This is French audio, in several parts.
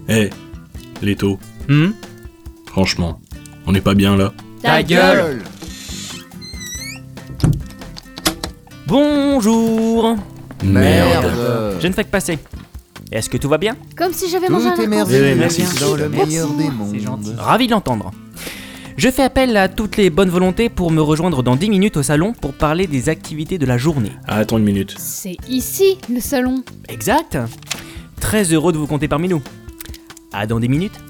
Eh, Leto, Hum franchement, on n'est pas bien là. Ta gueule. Bonjour. Merde. Je ne fais que passer. Est-ce que tout va bien? Comme si j'avais mangé un Tout est accord. merveilleux, merci. dans le meilleur des C'est mondes. gentil. Ravi de l'entendre. Je fais appel à toutes les bonnes volontés pour me rejoindre dans 10 minutes au salon pour parler des activités de la journée. Ah, attends une minute. C'est ici, le salon. Exact. Très heureux de vous compter parmi nous. À dans 10 minutes.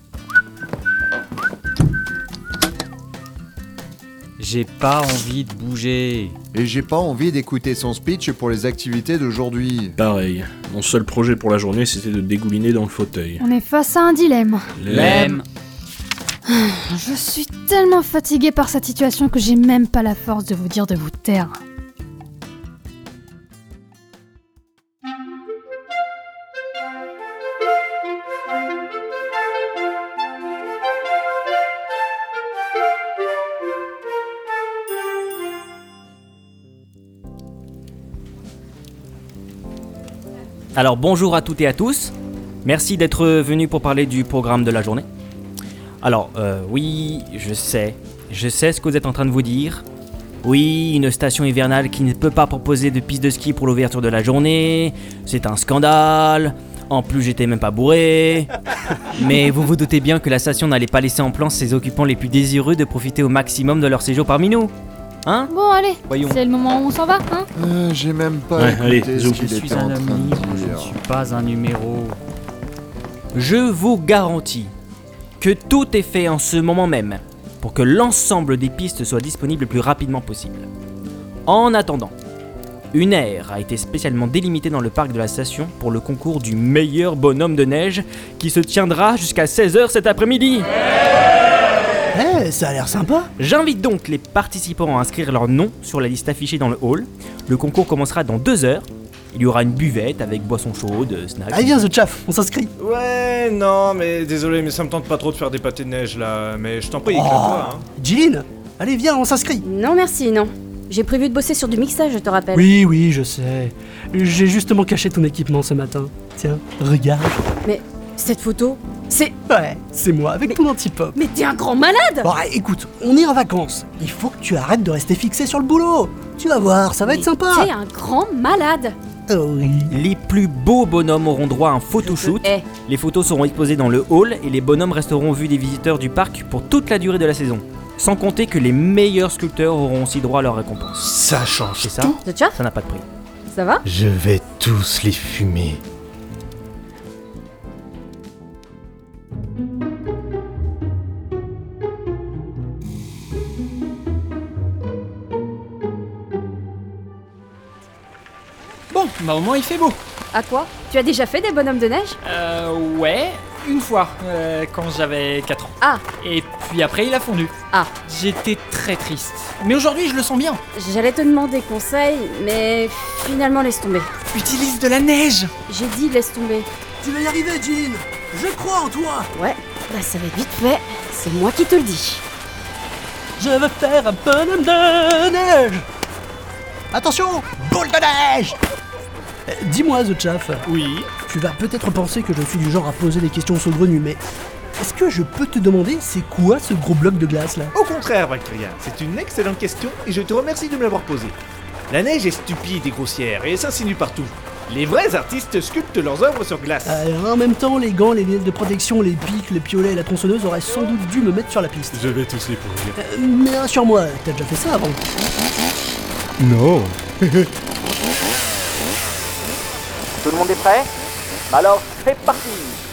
J'ai pas envie de bouger. Et j'ai pas envie d'écouter son speech pour les activités d'aujourd'hui. Pareil, mon seul projet pour la journée, c'était de dégouliner dans le fauteuil. On est face à un dilemme. Même. Je suis tellement fatiguée par cette situation que j'ai même pas la force de vous dire de vous taire. Alors bonjour à toutes et à tous. Merci d'être venus pour parler du programme de la journée. Alors, oui, je sais ce que vous êtes en train de vous dire. Oui, une station hivernale qui ne peut pas proposer de piste de ski pour l'ouverture de la journée, c'est un scandale. En plus, j'étais même pas bourré. Mais vous vous doutez bien que la station n'allait pas laisser en plan ses occupants les plus désireux de profiter au maximum de leur séjour parmi nous. Hein? Bon, allez, Voyons. c'est le moment où on s'en va, hein? J'ai même pas Ouais, allez, écouté ce zoom. qu'il Je suis était en un train homme de libre, je ne dire. suis pas un numéro. Je vous garantis que tout est fait en ce moment même pour que l'ensemble des pistes soient disponibles le plus rapidement possible. En attendant, une aire a été spécialement délimitée dans le parc de la station pour le concours du meilleur bonhomme de neige qui se tiendra jusqu'à 16h cet après-midi. Eh, ça a l'air sympa. J'invite donc les participants à inscrire leur nom sur la liste affichée dans le hall. Le concours commencera dans 2 heures. Il y aura une buvette avec boissons chaudes, snacks. Allez, viens, The Chaff, on s'inscrit. Ouais, non, mais désolé, mais ça me tente pas trop de faire des pâtés de neige là. Mais je t'en prie, éclate-toi. Hein. Jean, allez, viens, on s'inscrit. Non merci, non. J'ai prévu de bosser sur du mixage, je te rappelle. Oui, je sais. J'ai justement caché ton équipement ce matin. Tiens, regarde. Mais cette photo, c'est... Ouais, c'est moi, avec ton anti-pop. Mais t'es un grand malade! Bon, écoute, on est en vacances. Il faut que tu arrêtes de rester fixé sur le boulot. Tu vas voir, ça va être T'es sympa. un grand malade! Oh oui. Les plus beaux bonhommes auront droit à un photoshoot. Eh, Les photos seront exposées dans le hall et les bonhommes resteront vus des visiteurs du parc pour toute la durée de la saison. Sans compter que les meilleurs sculpteurs auront aussi droit à leur récompense. Ça change. C'est ça? The Chaff, Ça n'a pas de prix. ça va? Je vais tous les fumer. Bon, bah au moins il fait beau. À quoi? Tu as déjà fait des bonhommes de neige? Ouais, une fois, quand j'avais 4 ans. Ah. Et puis après il a fondu. Ah. J'étais très triste. Mais aujourd'hui je le sens bien. J'allais te demander conseil, mais finalement laisse tomber. Utilise de la neige. J'ai dit laisse tomber. Tu vas y arriver, Jean. Je crois en toi. Ouais, bah ça va être vite fait, c'est moi qui te le dis. Je veux faire un bonhomme de neige. Attention, boule de neige. Dis-moi, The Chaff. Oui. Tu vas peut-être penser que je suis du genre à poser des questions saugrenues, mais est-ce que je peux te demander c'est quoi ce gros bloc de glace là? Au contraire, Bactrien, c'est une excellente question et je te remercie de me l'avoir posée. La neige est stupide et grossière et s'insinue partout. Les vrais artistes sculptent leurs œuvres sur glace. En même temps, les gants, les lunettes de protection, les pics, les piolets et la tronçonneuse auraient sans doute dû me mettre sur la piste. Je vais tous les pourrir. Mais rassure-moi, t'as déjà fait ça avant. Non. Tout le monde est prêt? Alors, c'est parti!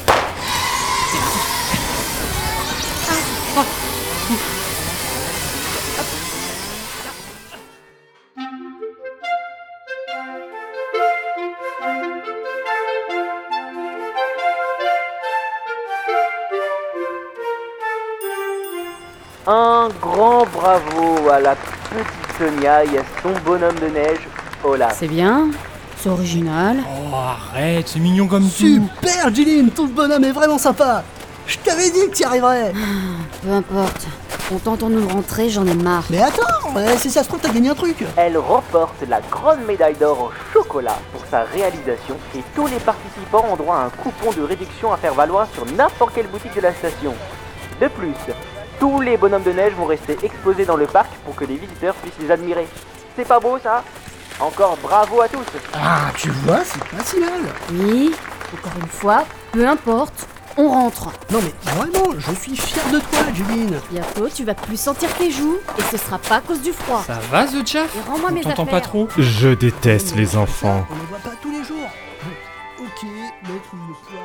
Un grand bravo à la petite Sonia et à son bonhomme de neige, Olaf. C'est bien, c'est original. Oh arrête, c'est mignon comme tout. Super, Jean, ton bonhomme est vraiment sympa. Je t'avais dit que t'y arriverais. Peu importe. Contentons-nous de rentrer, j'en ai marre. Mais attends, si ça se trouve, t'as gagné un truc. Elle remporte la grande médaille d'or en chocolat pour sa réalisation et tous les participants ont droit à un coupon de réduction à faire valoir sur n'importe quelle boutique de la station. De plus, tous les bonhommes de neige vont rester exposés dans le parc pour que les visiteurs puissent les admirer. C'est pas beau ça? Encore bravo à tous. Ah, tu vois, c'est pas si mal. Oui, encore une fois, peu importe, on rentre. Non mais vraiment, je suis fier de toi, Juline. Bientôt, tu vas plus sentir tes joues et ce sera pas à cause du froid. Ça va, The Chaff? Et rends-moi mes T'entends affaires. pas trop? Je déteste les enfants. On ne voit pas tous les jours. Ok, mettre une poire.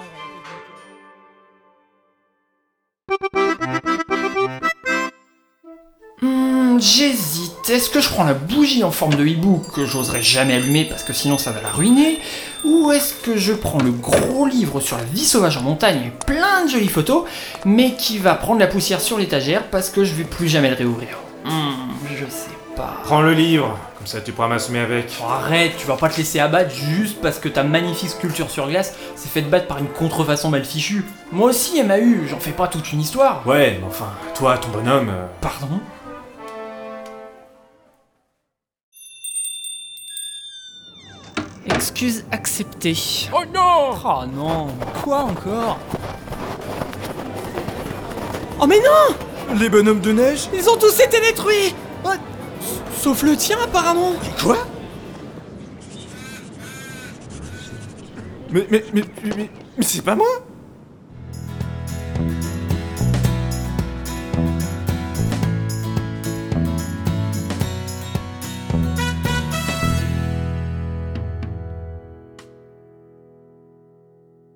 J'hésite. Est-ce que je prends la bougie en forme de hibou que j'oserais jamais allumer parce que sinon ça va la ruiner? Ou est-ce que je prends le gros livre sur la vie sauvage en montagne avec plein de jolies photos, mais qui va prendre la poussière sur l'étagère parce que je vais plus jamais le réouvrir? Je sais pas. Prends le livre, comme ça tu pourras m'assommer avec. Oh, arrête, tu vas pas te laisser abattre juste parce que ta magnifique sculpture sur glace s'est faite battre par une contrefaçon mal fichue. Moi aussi, elle m'a eu, j'en fais pas toute une histoire. Ouais, mais enfin, toi, ton bonhomme... Pardon? Excuse acceptée. Oh non! Oh non! Quoi encore? Oh mais non! Les bonhommes de neige? Ils ont tous été détruits! Sauf le tien apparemment! Quoi? Mais c'est pas moi!